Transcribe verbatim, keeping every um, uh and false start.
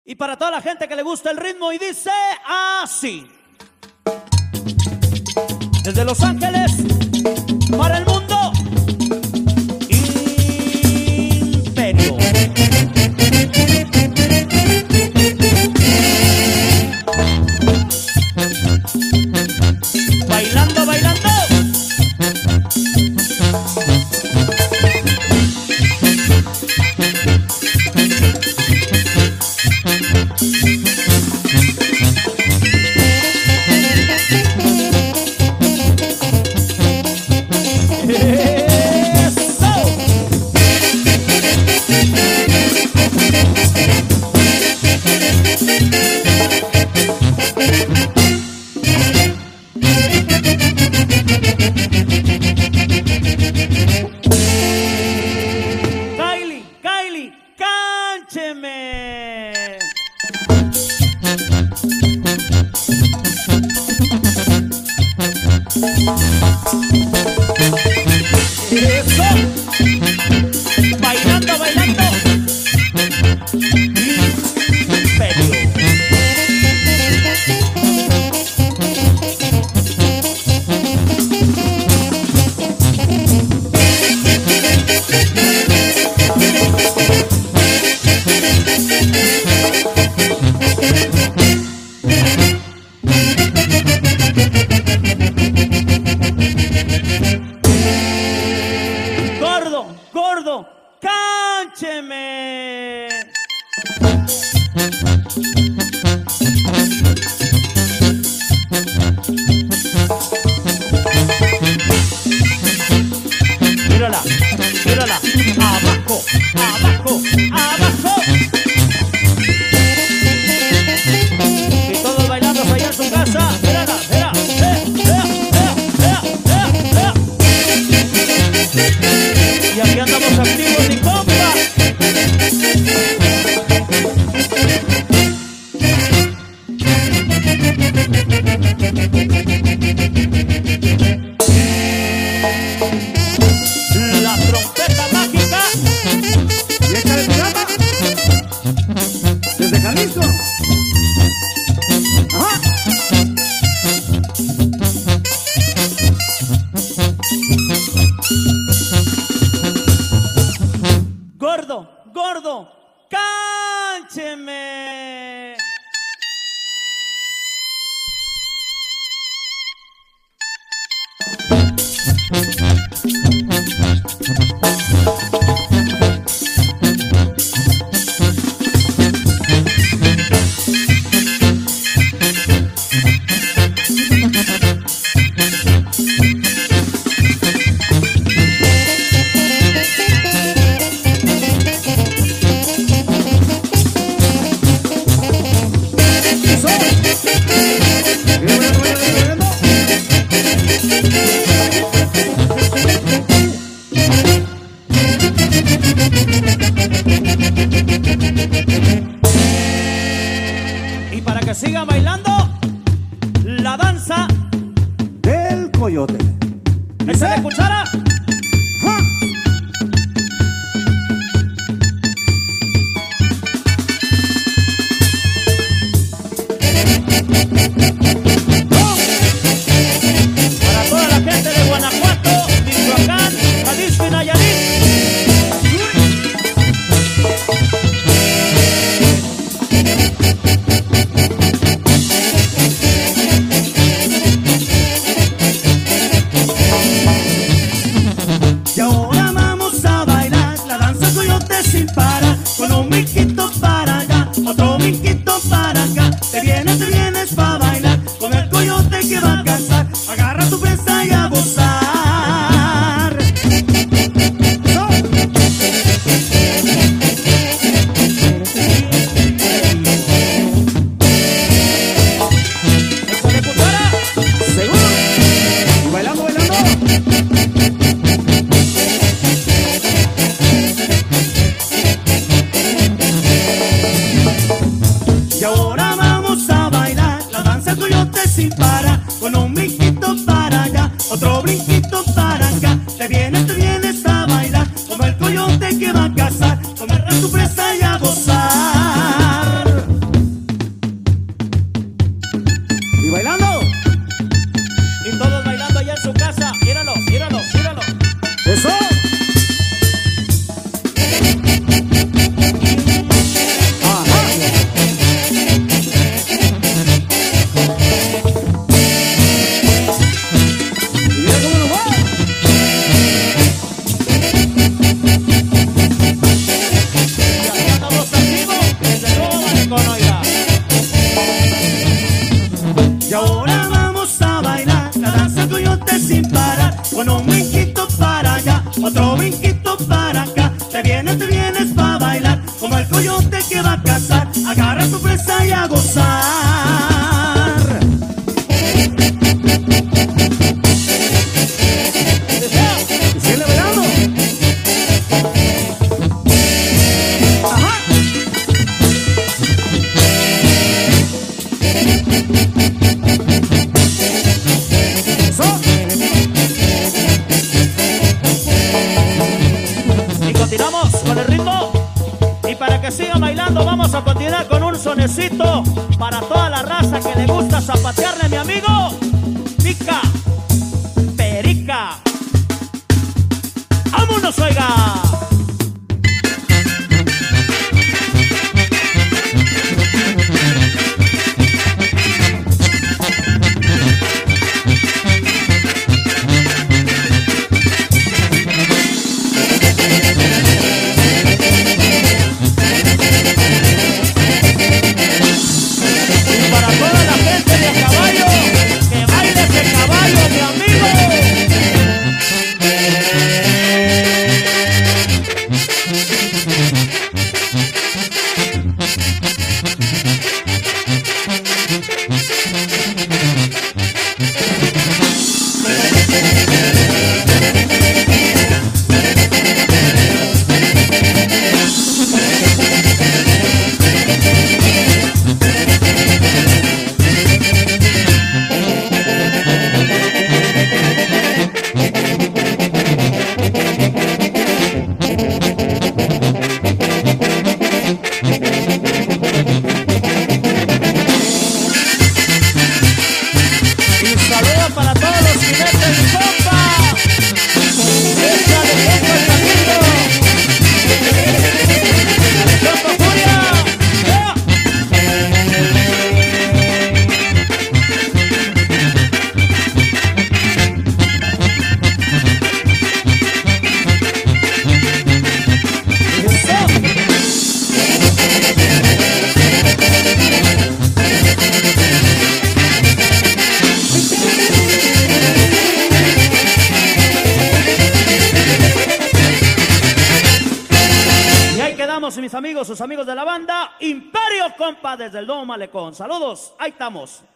Y para toda la gente que le gusta el ritmo y dice así. Desde Los Ángeles para el mundo, Imperio. Bailando, bailando. Eso. Bailando, bailando. Imperio. Gordo, cáncheme. Mírala, mírala, abajo, abajo, abajo. Y todos bailando allá en su casa. Mírala, mira, vea, vea, vea, vea, vea. Y aquí andamos activos, mi compa. La trompeta mágica. Y esta de Pirata. Desde Jalisco. Ajá. Gordo, gordo, cáncheme. Y para que sigan bailando la danza del coyote. ¿Esa la escuchara? Para toda la gente de Guanajuato, Michoacán, Jalisco y Nayarit. Y ahora vamos a bailar la danza coyote sin parar. Con un brinquito para allá, otro brinquito para acá. Te vienes, te vienes pa' bailar. va a casar. Agarra tu presa y a gozar. Y sigue bailando. Ajá. Eso. Y continuamos con el ritmo. Y para que siga bailando vamos a continuar con un sonecito para toda la raza que le gusta zapatearle, mi amigo. Pica, perica. ¡Vámonos, oiga! Mis amigos, sus amigos de la banda Imperio, compa, desde el Nuevo Malecón. Saludos, ahí estamos.